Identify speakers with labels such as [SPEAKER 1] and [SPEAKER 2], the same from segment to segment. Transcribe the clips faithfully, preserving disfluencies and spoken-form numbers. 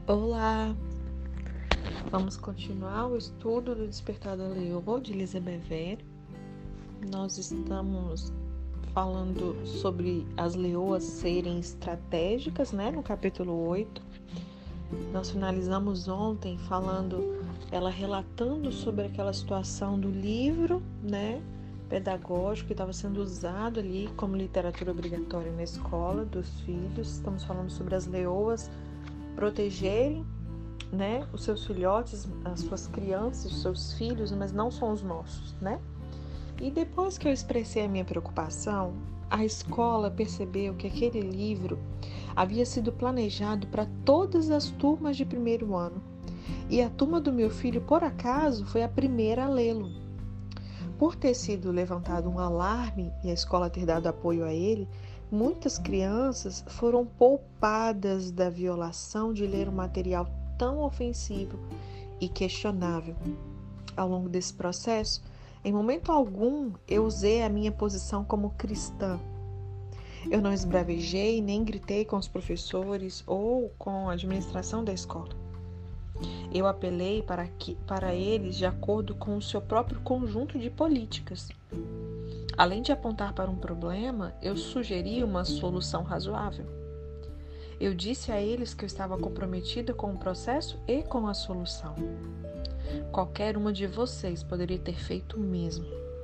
[SPEAKER 1] Olá, vamos continuar o estudo do Despertar da Leoa, de Lisa Bever. Nós estamos falando sobre as leoas serem estratégicas, né, no capítulo oito. Nós finalizamos ontem falando, ela relatando sobre aquela situação do livro, né, pedagógico que estava sendo usado ali como literatura obrigatória na escola dos filhos. Estamos falando sobre as leoas protegerem, né, os seus filhotes, as suas crianças, os seus filhos, mas não são os nossos, né? E depois que eu expressei a minha preocupação, a escola percebeu que aquele livro havia sido planejado para todas as turmas de primeiro ano. E a turma do meu filho, por acaso, foi a primeira a lê-lo. Por ter sido levantado um alarme e a escola ter dado apoio a ele, muitas crianças foram poupadas da violação de ler um material tão ofensivo e questionável. Ao longo desse processo, em momento algum, eu usei a minha posição como cristã. Eu não esbravejei nem gritei com os professores ou com a administração da escola. Eu apelei para, que, para eles de acordo com o seu próprio conjunto de políticas. Além de apontar para um problema, eu sugeri uma solução razoável. Eu disse a eles que eu estava comprometida com o processo e com a solução. Qualquer uma de vocês poderia ter feito o mesmo.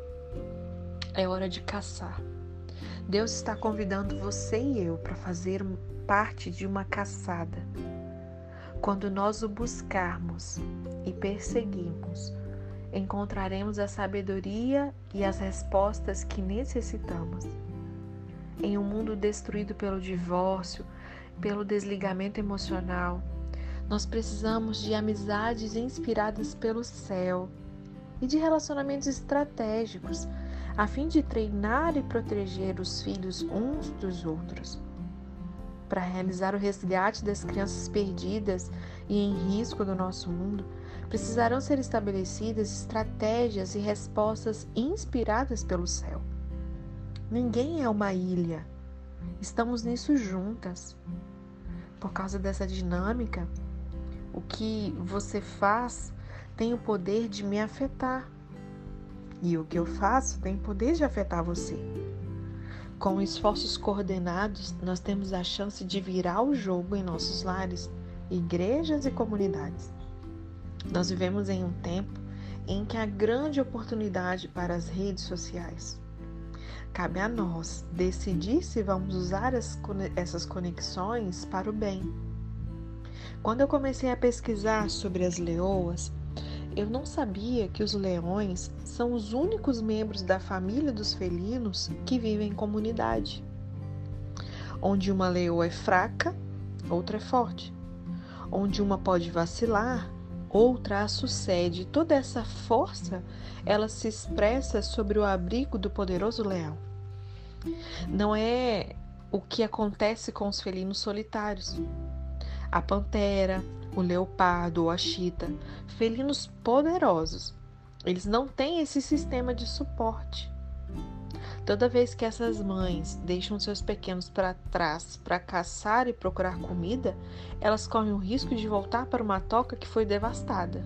[SPEAKER 1] É hora de caçar. Deus está convidando você e eu para fazer parte de uma caçada. Quando nós o buscarmos e perseguirmos, encontraremos a sabedoria e as respostas que necessitamos. Em um mundo destruído pelo divórcio, pelo desligamento emocional, nós precisamos de amizades inspiradas pelo céu e de relacionamentos estratégicos, a fim de treinar e proteger os filhos uns dos outros. Para realizar o resgate das crianças perdidas e em risco do nosso mundo, precisarão ser estabelecidas estratégias e respostas inspiradas pelo céu. Ninguém é uma ilha. Estamos nisso juntas. Por causa dessa dinâmica, o que você faz tem o poder de me afetar. E o que eu faço tem o poder de afetar você. Com esforços coordenados, nós temos a chance de virar o jogo em nossos lares, igrejas e comunidades. Nós vivemos em um tempo em que há grande oportunidade para as redes sociais. Cabe a nós decidir se vamos usar essas conexões para o bem. Quando eu comecei a pesquisar sobre as leoas, eu não sabia que os leões são os únicos membros da família dos felinos que vivem em comunidade. Onde uma leoa é fraca, outra é forte. Onde uma pode vacilar, outra a sucede. Toda essa força, ela se expressa sobre o abrigo do poderoso leão. Não é o que acontece com os felinos solitários. A pantera, o leopardo ou a chita, felinos poderosos, eles não têm esse sistema de suporte. Toda vez que essas mães deixam seus pequenos para trás para caçar e procurar comida, elas correm o risco de voltar para uma toca que foi devastada.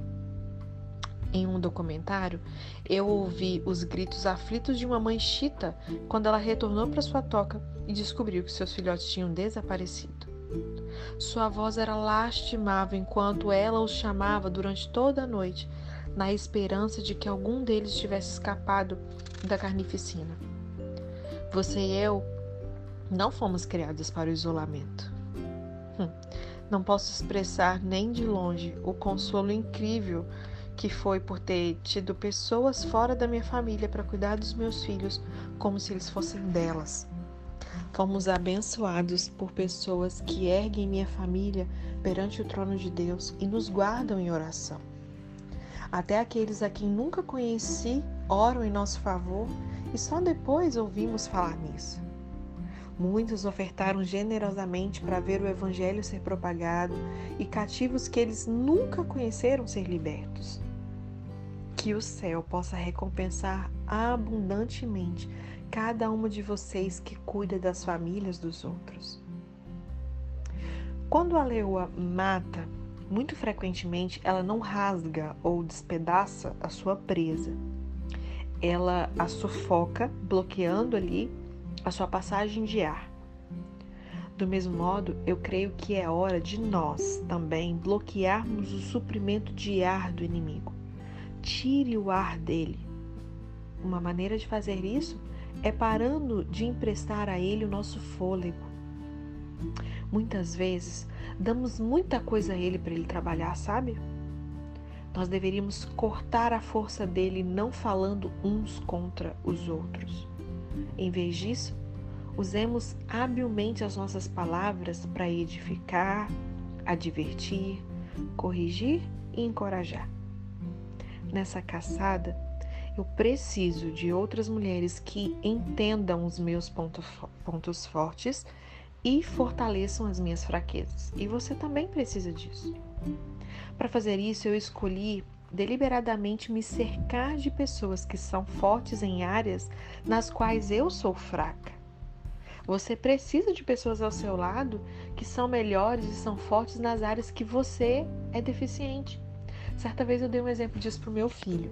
[SPEAKER 1] Em um documentário, eu ouvi os gritos aflitos de uma mãe chita quando ela retornou para sua toca e descobriu que seus filhotes tinham desaparecido. Sua voz era lastimável enquanto ela os chamava durante toda a noite, na esperança de que algum deles tivesse escapado da carnificina. Você e eu não fomos criados para o isolamento. Hum, não posso expressar nem de longe o consolo incrível que foi por ter tido pessoas fora da minha família para cuidar dos meus filhos como se eles fossem delas. Fomos abençoados por pessoas que erguem minha família perante o trono de Deus e nos guardam em oração. Até aqueles a quem nunca conheci oram em nosso favor e só depois ouvimos falar nisso. Muitos ofertaram generosamente para ver o evangelho ser propagado e cativos que eles nunca conheceram ser libertos. Que o céu possa recompensar abundantemente cada uma de vocês que cuida das famílias dos outros. Quando a leoa mata, muito frequentemente ela não rasga ou despedaça a sua presa. Ela a sufoca, bloqueando ali a sua passagem de ar. Do mesmo modo, eu creio que é hora de nós também bloquearmos o suprimento de ar do inimigo. Tire o ar dele. Uma maneira de fazer isso é parando de emprestar a ele o nosso fôlego. Muitas vezes, damos muita coisa a ele para ele trabalhar, sabe? Nós deveríamos cortar a força dele não falando uns contra os outros. Em vez disso, usemos habilmente as nossas palavras para edificar, advertir, corrigir e encorajar. Nessa caçada, eu preciso de outras mulheres que entendam os meus pontos fortes e fortaleçam as minhas fraquezas. E você também precisa disso. Para fazer isso, eu escolhi deliberadamente me cercar de pessoas que são fortes em áreas nas quais eu sou fraca. Você precisa de pessoas ao seu lado que são melhores e são fortes nas áreas que você é deficiente. Certa vez eu dei um exemplo disso para o meu filho.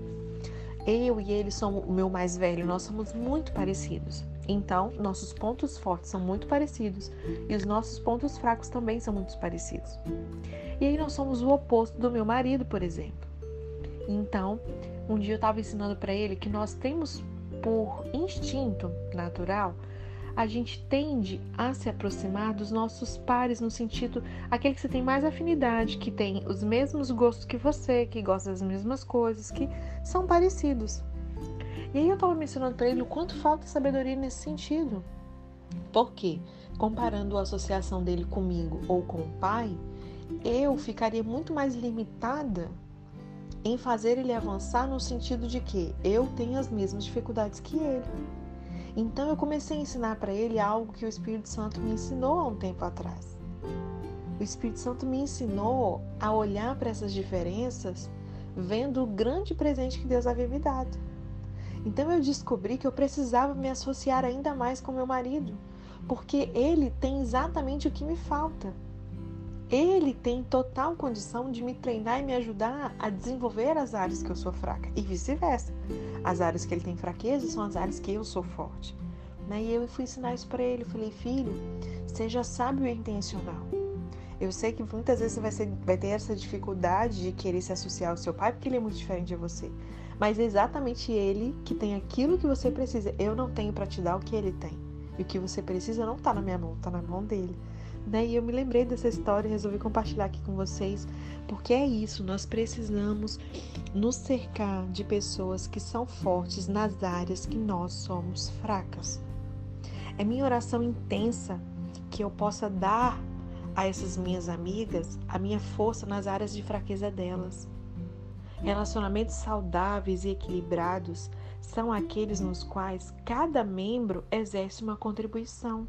[SPEAKER 1] Eu e ele somos o meu mais velho, nós somos muito parecidos. Então, nossos pontos fortes são muito parecidos e os nossos pontos fracos também são muito parecidos. E aí nós somos o oposto do meu marido, por exemplo. Então, um dia eu estava ensinando para ele que nós temos, por instinto natural, a gente tende a se aproximar dos nossos pares, no sentido, aquele que você tem mais afinidade, que tem os mesmos gostos que você, que gosta das mesmas coisas, que são parecidos. E aí eu estava mencionando para ele o quanto falta sabedoria nesse sentido. Por quê? Comparando a associação dele comigo ou com o pai, eu ficaria muito mais limitada em fazer ele avançar no sentido de que eu tenho as mesmas dificuldades que ele. Então eu comecei a ensinar para ele algo que o Espírito Santo me ensinou há um tempo atrás. O Espírito Santo me ensinou a olhar para essas diferenças vendo o grande presente que Deus havia me dado. Então eu descobri que eu precisava me associar ainda mais com meu marido, porque ele tem exatamente o que me falta. Ele tem total condição de me treinar e me ajudar a desenvolver as áreas que eu sou fraca e vice-versa. As áreas que ele tem fraqueza são as áreas que eu sou forte. E eu fui ensinar isso para ele. Eu falei, filho, seja sábio e intencional. Eu sei que muitas vezes você vai, ser, vai ter essa dificuldade de querer se associar ao seu pai porque ele é muito diferente de você. Mas é exatamente ele que tem aquilo que você precisa. Eu não tenho para te dar o que ele tem. E o que você precisa não está na minha mão, está na mão dele. E eu me lembrei dessa história e resolvi compartilhar aqui com vocês, porque é isso, nós precisamos nos cercar de pessoas que são fortes nas áreas que nós somos fracas. É minha oração intensa que eu possa dar a essas minhas amigas a minha força nas áreas de fraqueza delas. Relacionamentos saudáveis e equilibrados são aqueles nos quais cada membro exerce uma contribuição.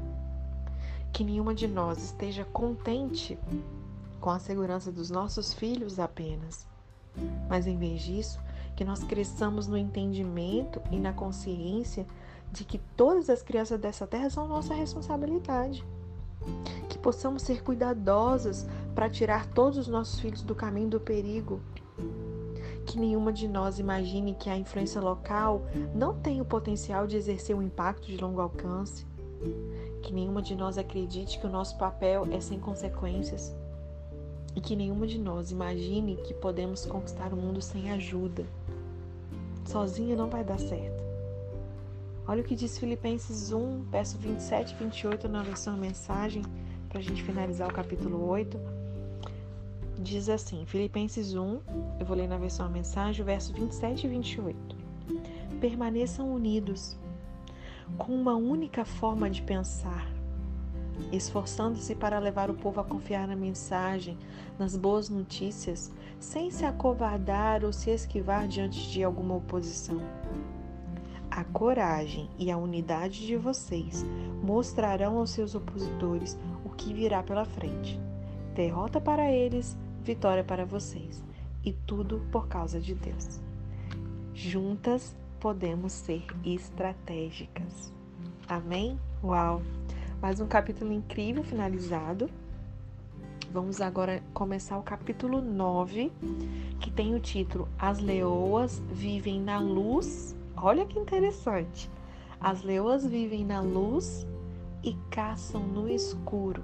[SPEAKER 1] Que nenhuma de nós esteja contente com a segurança dos nossos filhos apenas, mas em vez disso, que nós cresçamos no entendimento e na consciência de que todas as crianças dessa terra são nossa responsabilidade. Que possamos ser cuidadosas para tirar todos os nossos filhos do caminho do perigo. Que nenhuma de nós imagine que a influência local não tem o potencial de exercer um impacto de longo alcance. Que nenhuma de nós acredite que o nosso papel é sem consequências. E que nenhuma de nós imagine que podemos conquistar o mundo sem ajuda. Sozinha não vai dar certo. Olha o que diz Filipenses um, verso vinte e sete e vinte e oito na versão mensagem, para a gente finalizar o capítulo oito. Diz assim, Filipenses um, eu vou ler na versão mensagem, verso vinte e sete e vinte e oito. Permaneçam unidos, com uma única forma de pensar, esforçando-se para levar o povo a confiar na mensagem, nas boas notícias, sem se acovardar ou se esquivar diante de alguma oposição. A coragem e a unidade de vocês mostrarão aos seus opositores o que virá pela frente. Derrota para eles, vitória para vocês, e tudo por causa de Deus. Juntas podemos ser estratégicas. Amém? Uau! Mais um capítulo incrível finalizado. Vamos agora começar o capítulo nove, que tem o título As leoas vivem na luz. Olha que interessante. As leoas vivem na luz e caçam no escuro.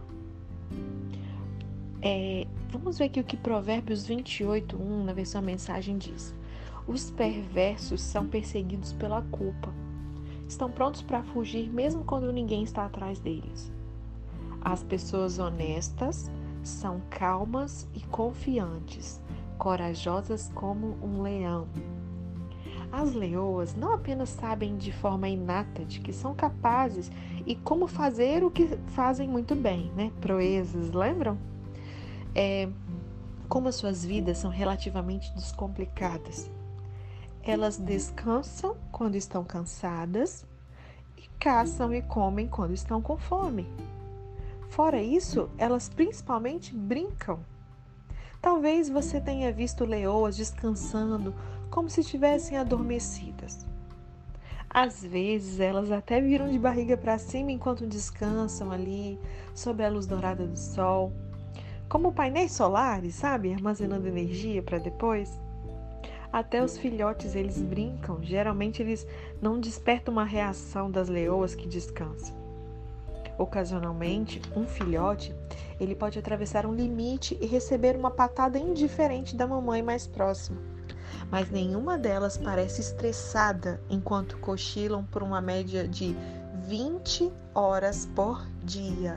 [SPEAKER 1] É, vamos ver aqui o que Provérbios vinte e oito, um, na versão mensagem, diz. Os perversos são perseguidos pela culpa. Estão prontos para fugir mesmo quando ninguém está atrás deles. As pessoas honestas são calmas e confiantes, corajosas como um leão. As leoas não apenas sabem de forma inata de que são capazes e como fazer o que fazem muito bem, né? Proezas, lembram? É, como as suas vidas são relativamente descomplicadas. Elas descansam quando estão cansadas e caçam e comem quando estão com fome. Fora isso, elas principalmente brincam. Talvez você tenha visto leoas descansando como se estivessem adormecidas. Às vezes, elas até viram de barriga para cima enquanto descansam ali, sob a luz dourada do sol. Como painéis solares, sabe? Armazenando energia para depois. Até os filhotes, eles brincam. Geralmente, eles não despertam uma reação das leoas que descansam. Ocasionalmente, um filhote, ele pode atravessar um limite e receber uma patada indiferente da mamãe mais próxima. Mas nenhuma delas parece estressada enquanto cochilam por uma média de vinte horas por dia.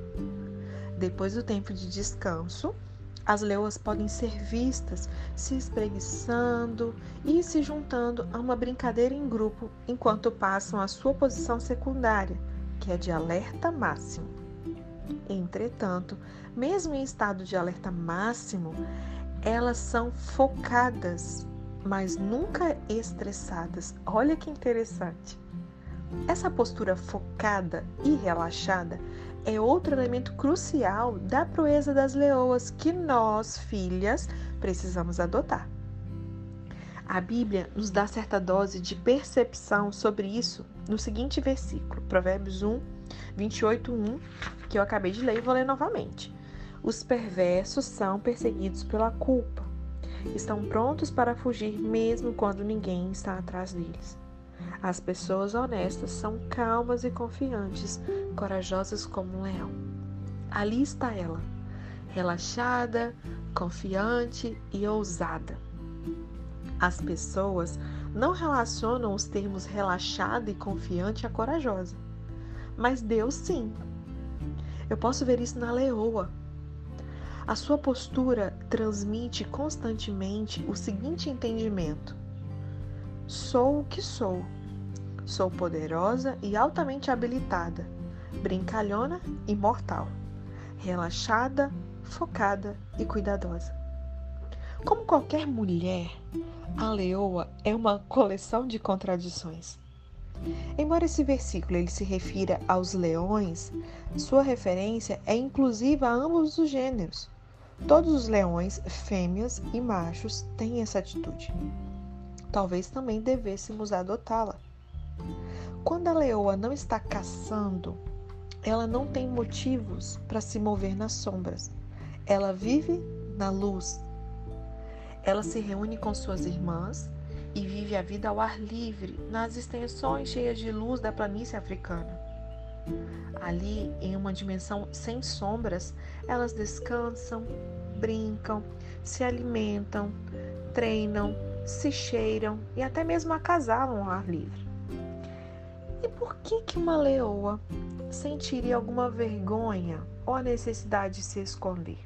[SPEAKER 1] Depois do tempo de descanso, as leoas podem ser vistas se espreguiçando e se juntando a uma brincadeira em grupo enquanto passam a sua posição secundária, que é de alerta máximo. Entretanto, mesmo em estado de alerta máximo, elas são focadas, mas nunca estressadas. Olha que interessante. Essa postura focada e relaxada é outro elemento crucial da proeza das leoas que nós, filhas, precisamos adotar. A Bíblia nos dá certa dose de percepção sobre isso no seguinte versículo, Provérbios um, vinte e oito, um, que eu acabei de ler e vou ler novamente. Os perversos são perseguidos pela culpa. Estão prontos para fugir mesmo quando ninguém está atrás deles. As pessoas honestas são calmas e confiantes, corajosas como um leão. Ali está ela, relaxada, confiante e ousada. As pessoas não relacionam os termos relaxada e confiante a corajosa, mas Deus sim. Eu posso ver isso na leoa. A sua postura transmite constantemente o seguinte entendimento: sou o que sou. Sou poderosa e altamente habilitada, brincalhona e mortal, relaxada, focada e cuidadosa. Como qualquer mulher, a leoa é uma coleção de contradições. Embora esse versículo ele se refira aos leões, sua referência é inclusiva a ambos os gêneros. Todos os leões, fêmeas e machos, têm essa atitude. Talvez também devêssemos adotá-la. Quando a leoa não está caçando, ela não tem motivos para se mover nas sombras. Ela vive na luz. Ela se reúne com suas irmãs e vive a vida ao ar livre, nas extensões cheias de luz da planície africana. Ali, em uma dimensão sem sombras, elas descansam, brincam, se alimentam, treinam, se cheiram e até mesmo acasalam ao ar livre. E por que que uma leoa sentiria alguma vergonha ou a necessidade de se esconder?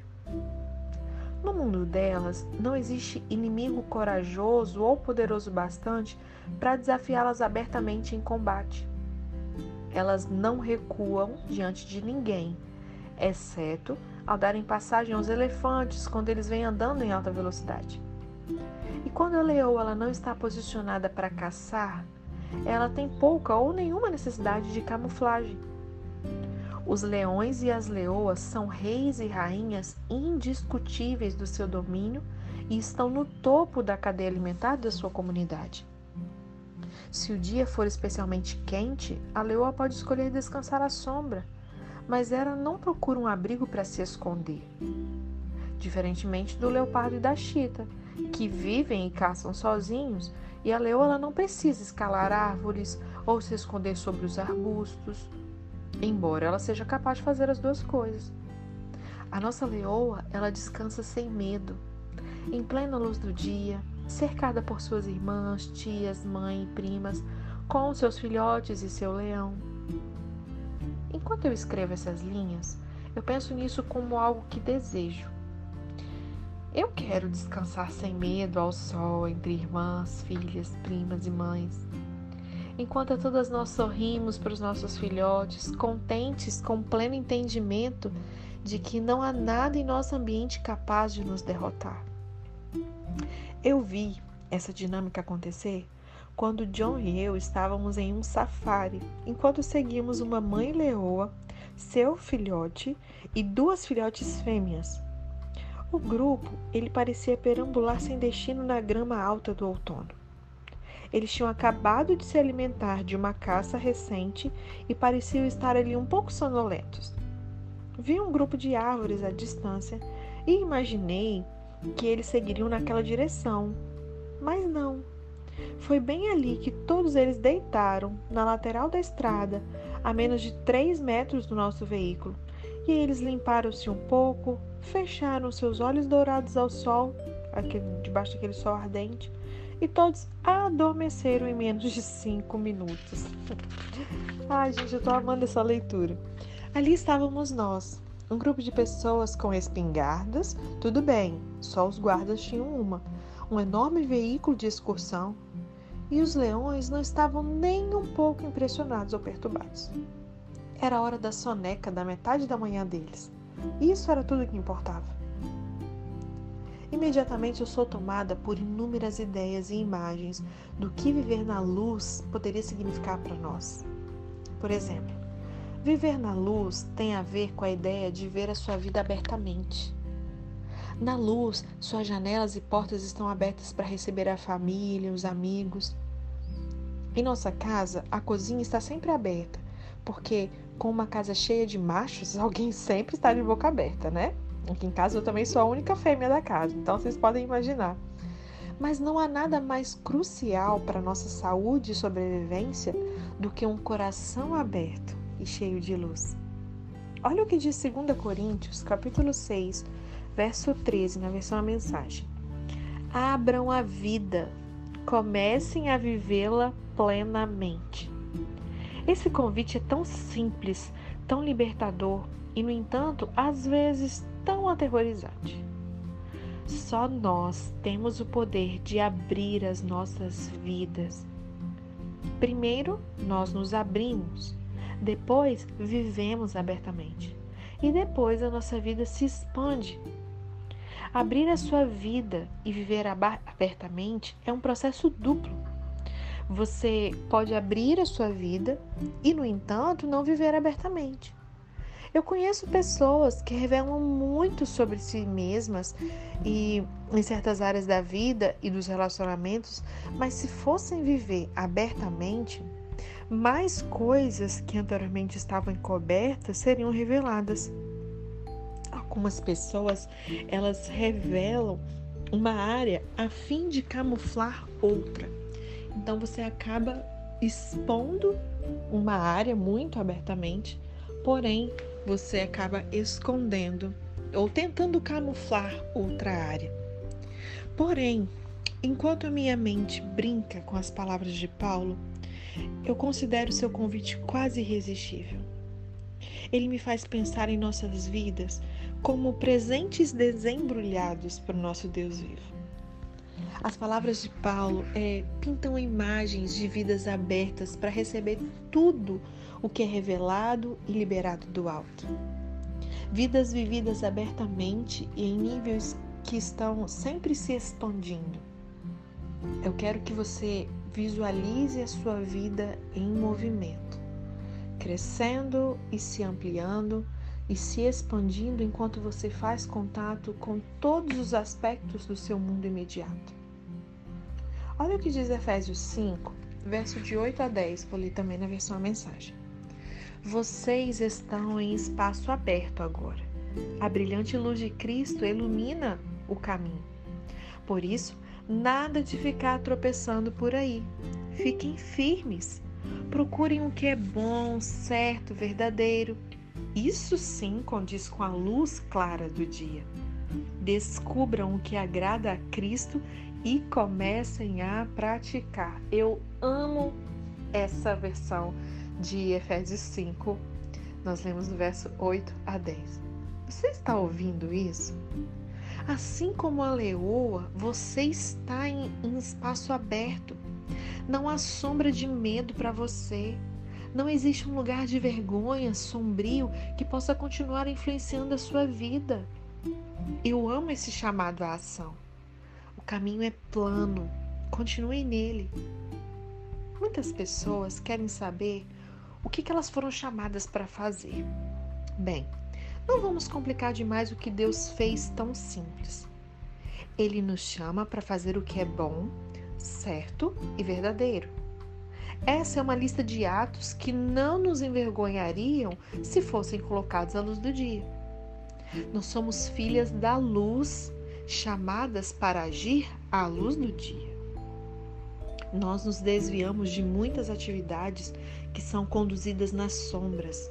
[SPEAKER 1] No mundo delas, não existe inimigo corajoso ou poderoso bastante para desafiá-las abertamente em combate. Elas não recuam diante de ninguém, exceto ao darem passagem aos elefantes quando eles vêm andando em alta velocidade. E quando a leoa ela não está posicionada para caçar, ela tem pouca ou nenhuma necessidade de camuflagem. Os leões e as leoas são reis e rainhas indiscutíveis do seu domínio e estão no topo da cadeia alimentar da sua comunidade. Se o dia for especialmente quente, a leoa pode escolher descansar à sombra, mas ela não procura um abrigo para se esconder. Diferentemente do leopardo e da chita, que vivem e caçam sozinhos, e a leoa ela não precisa escalar árvores ou se esconder sobre os arbustos, embora ela seja capaz de fazer as duas coisas. A nossa leoa, ela descansa sem medo, em plena luz do dia, cercada por suas irmãs, tias, mãe e primas, com seus filhotes e seu leão. Enquanto eu escrevo essas linhas, eu penso nisso como algo que desejo. Eu quero descansar sem medo ao sol, entre irmãs, filhas, primas e mães. Enquanto todas nós sorrimos para os nossos filhotes, contentes com pleno entendimento de que não há nada em nosso ambiente capaz de nos derrotar. Eu vi essa dinâmica acontecer quando John e eu estávamos em um safari, enquanto seguíamos uma mãe leoa, seu filhote e duas filhotes fêmeas. O grupo, ele parecia perambular sem destino na grama alta do outono. Eles tinham acabado de se alimentar de uma caça recente e pareciam estar ali um pouco sonolentos. Vi um grupo de árvores à distância e imaginei que eles seguiriam naquela direção, mas não. Foi bem ali que todos eles deitaram, na lateral da estrada, a menos de três metros do nosso veículo, e eles limparam-se um pouco, fecharam seus olhos dourados ao sol, aquele, debaixo daquele sol ardente, e todos adormeceram em menos de cinco minutos. Ai, gente, eu tô amando essa leitura. Ali estávamos nós, um grupo de pessoas com espingardas, tudo bem, só os guardas tinham uma, um enorme veículo de excursão, e os leões não estavam nem um pouco impressionados ou perturbados. Era a hora da soneca da metade da manhã deles. Isso era tudo que importava. Imediatamente eu sou tomada por inúmeras ideias e imagens do que viver na luz poderia significar para nós. Por exemplo, viver na luz tem a ver com a ideia de ver a sua vida abertamente. Na luz, suas janelas e portas estão abertas para receber a família, os amigos. Em nossa casa, a cozinha está sempre aberta, porque com uma casa cheia de machos, alguém sempre está de boca aberta, né? Aqui em casa eu também sou a única fêmea da casa, então vocês podem imaginar. Mas não há nada mais crucial para a nossa saúde e sobrevivência do que um coração aberto e cheio de luz. Olha o que diz dois Coríntios, capítulo seis, verso treze, na versão A Mensagem. Abram a vida, comecem a vivê-la plenamente. Esse convite é tão simples, tão libertador e, no entanto, às vezes tão aterrorizante. Só nós temos o poder de abrir as nossas vidas. Primeiro, nós nos abrimos, depois vivemos abertamente e depois a nossa vida se expande. Abrir a sua vida e viver abertamente é um processo duplo. Você pode abrir a sua vida e, no entanto, não viver abertamente. Eu conheço pessoas que revelam muito sobre si mesmas e em certas áreas da vida e dos relacionamentos, mas se fossem viver abertamente, mais coisas que anteriormente estavam encobertas seriam reveladas. Algumas pessoas, elas revelam uma área a fim de camuflar outra. Então você acaba expondo uma área muito abertamente, porém você acaba escondendo ou tentando camuflar outra área. Porém, enquanto a minha mente brinca com as palavras de Paulo, eu considero seu convite quase irresistível. Ele me faz pensar em nossas vidas como presentes desembrulhados para o nosso Deus vivo. As palavras de Paulo é, pintam imagens de vidas abertas para receber tudo o que é revelado e liberado do alto. Vidas vividas abertamente e em níveis que estão sempre se expandindo. Eu quero que você visualize a sua vida em movimento, crescendo e se ampliando e se expandindo enquanto você faz contato com todos os aspectos do seu mundo imediato. Olha o que diz Efésios cinco, verso de oito a dez, vou ler também na versão A Mensagem. Vocês estão em espaço aberto agora. A brilhante luz de Cristo ilumina o caminho. Por isso, nada de ficar tropeçando por aí. Fiquem firmes. Procurem o que é bom, certo, verdadeiro. Isso sim condiz com a luz clara do dia. Descubram o que agrada a Cristo e comecem a praticar. Eu amo essa versão de Efésios cinco. Nós lemos do verso oito a dez. Você está ouvindo isso? Assim como a leoa, você está em, em espaço aberto. Não há sombra de medo para você. Não existe um lugar de vergonha, sombrio, que possa continuar influenciando a sua vida. Eu amo esse chamado à ação. O caminho é plano. Continue nele. Muitas pessoas querem saber o que elas foram chamadas para fazer. Bem, não vamos complicar demais o que Deus fez tão simples. Ele nos chama para fazer o que é bom, certo e verdadeiro. Essa é uma lista de atos que não nos envergonhariam se fossem colocados à luz do dia. Nós somos filhas da luz, chamadas para agir à luz do dia. Nós nos desviamos de muitas atividades que são conduzidas nas sombras.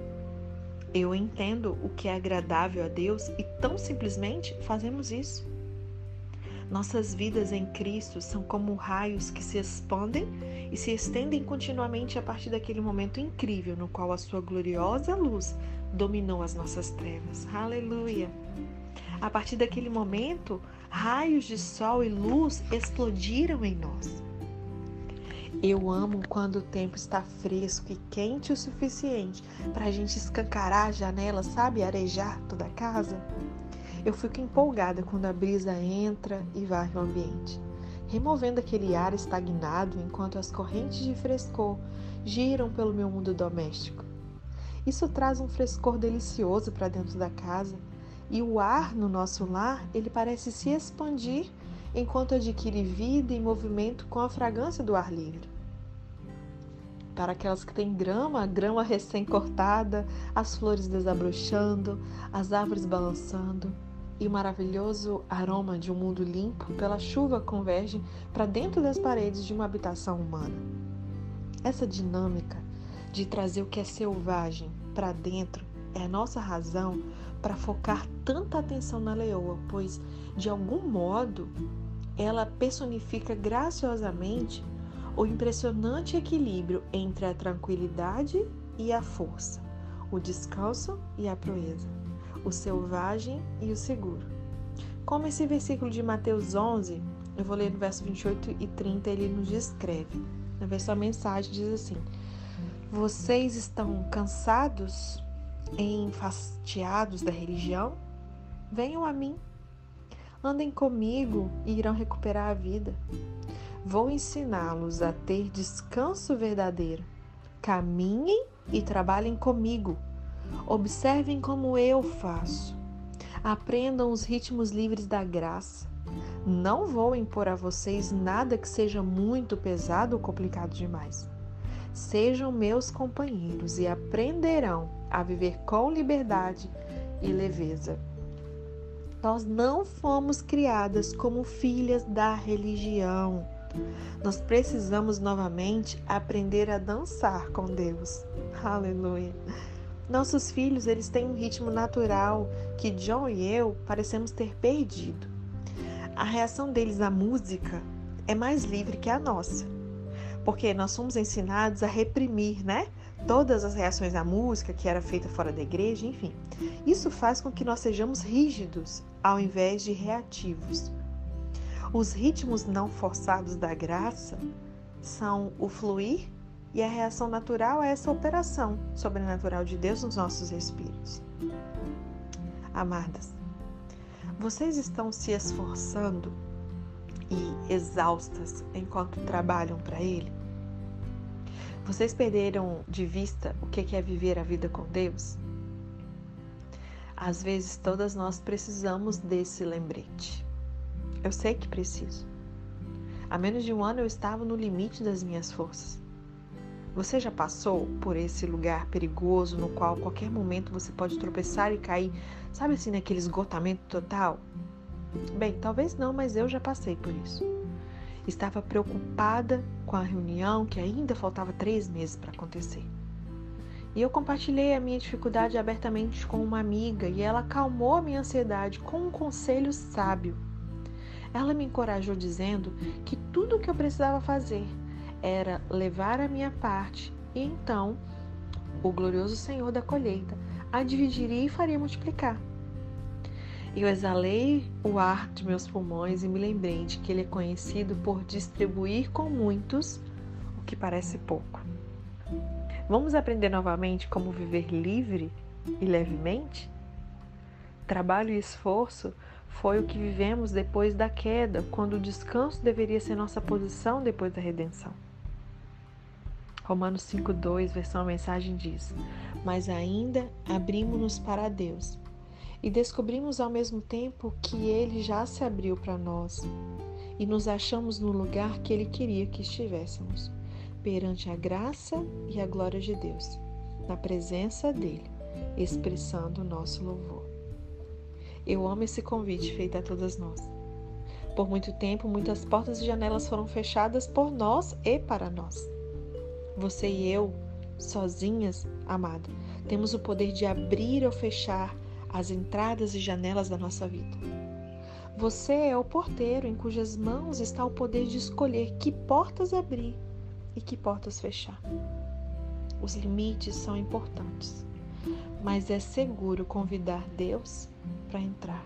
[SPEAKER 1] Eu entendo o que é agradável a Deus e tão simplesmente fazemos isso. Nossas vidas em Cristo são como raios que se expandem e se estendem continuamente a partir daquele momento incrível no qual a sua gloriosa luz dominou as nossas trevas. Aleluia! A partir daquele momento, raios de sol e luz explodiram em nós. Eu amo quando o tempo está fresco e quente o suficiente para a gente escancarar a janela, sabe? Arejar toda a casa. Eu fico empolgada quando a brisa entra e varre o ambiente, removendo aquele ar estagnado enquanto as correntes de frescor giram pelo meu mundo doméstico. Isso traz um frescor delicioso para dentro da casa e o ar no nosso lar, ele parece se expandir enquanto adquire vida e movimento com a fragrância do ar livre. Para aquelas que têm grama, a grama recém-cortada, as flores desabrochando, as árvores balançando e o maravilhoso aroma de um mundo limpo pela chuva converge para dentro das paredes de uma habitação humana. Essa dinâmica de trazer o que é selvagem para dentro é a nossa razão para focar tanta atenção na leoa, pois, de algum modo, ela personifica graciosamente o impressionante equilíbrio entre a tranquilidade e a força, o descanso e a proeza, o selvagem e o seguro. Como esse versículo de Mateus onze, eu vou ler no verso vinte e oito e trinta, ele nos descreve. Na versão mensagem diz assim: vocês estão cansados e enfastiados da religião? Venham a mim. Andem comigo e irão recuperar a vida. Vou ensiná-los a ter descanso verdadeiro. Caminhem e trabalhem comigo. Observem como eu faço. Aprendam os ritmos livres da graça. Não vou impor a vocês nada que seja muito pesado ou complicado demais. Sejam meus companheiros e aprenderão a viver com liberdade e leveza. Nós não fomos criadas como filhas da religião. Nós precisamos novamente aprender a dançar com Deus. Aleluia! Nossos filhos, eles têm um ritmo natural que John e eu parecemos ter perdido. A reação deles à música é mais livre que a nossa, porque nós somos ensinados a reprimir, né? Todas as reações à música que era feita fora da igreja, enfim. Isso faz com que nós sejamos rígidos ao invés de reativos. Os ritmos não forçados da graça são o fluir e a reação natural a essa operação sobrenatural de Deus nos nossos espíritos. Amadas, vocês estão se esforçando e exaustas enquanto trabalham para Ele? Vocês perderam de vista o que é viver a vida com Deus? Às vezes todas nós precisamos desse lembrete. Eu sei que preciso. Há menos de um ano eu estava no limite das minhas forças. Você já passou por esse lugar perigoso no qual a qualquer momento você pode tropeçar e cair, sabe assim, naquele esgotamento total? Bem, talvez não, mas eu já passei por isso. Estava preocupada com a reunião que ainda faltava três meses para acontecer. E eu compartilhei a minha dificuldade abertamente com uma amiga e ela acalmou a minha ansiedade com um conselho sábio. Ela me encorajou dizendo que tudo o que eu precisava fazer era levar a minha parte e então o glorioso Senhor da colheita a dividiria e faria multiplicar. Eu exalei o ar de meus pulmões e me lembrei de que ele é conhecido por distribuir com muitos o que parece pouco. Vamos aprender novamente como viver livre e levemente? Trabalho e esforço foi o que vivemos depois da queda, quando o descanso deveria ser nossa posição depois da redenção. Romanos cinco, dois, versão a mensagem diz: mas ainda abrimos-nos para Deus e descobrimos ao mesmo tempo que Ele já se abriu para nós e nos achamos no lugar que Ele queria que estivéssemos, perante a graça e a glória de Deus, na presença dEle, expressando o nosso louvor. Eu amo esse convite feito a todas nós. Por muito tempo, muitas portas e janelas foram fechadas por nós e para nós. Você e eu, sozinhas, amada, temos o poder de abrir ou fechar as entradas e janelas da nossa vida. Você é o porteiro em cujas mãos está o poder de escolher que portas abrir e que portas fechar. Os limites são importantes, mas é seguro convidar Deus para entrar.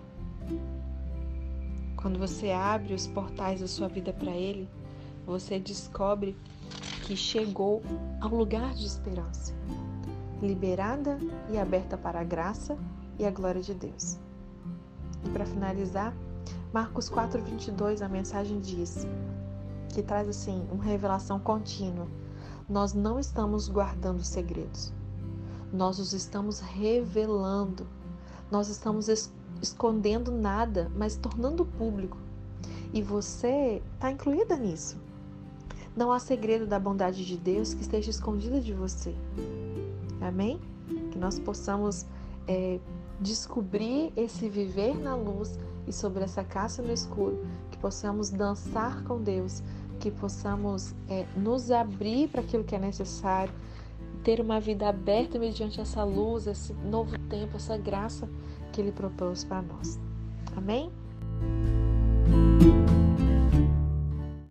[SPEAKER 1] Quando você abre os portais da sua vida para Ele, você descobre que chegou ao lugar de esperança, liberada e aberta para a graça e a glória de Deus. E para finalizar, Marcos quatro, vinte e dois, a mensagem diz, que traz assim uma revelação contínua: nós não estamos guardando segredos, nós os estamos revelando, nós estamos es- escondendo nada, mas tornando público. E você está incluída nisso. Não há segredo da bondade de Deus que esteja escondida de você. Amém? Que nós possamos é, descobrir esse viver na luz e sobre essa caça no escuro, que possamos dançar com Deus, que possamos é, nos abrir para aquilo que é necessário, ter uma vida aberta mediante essa luz, esse novo tempo, essa graça que Ele propôs para nós. Amém?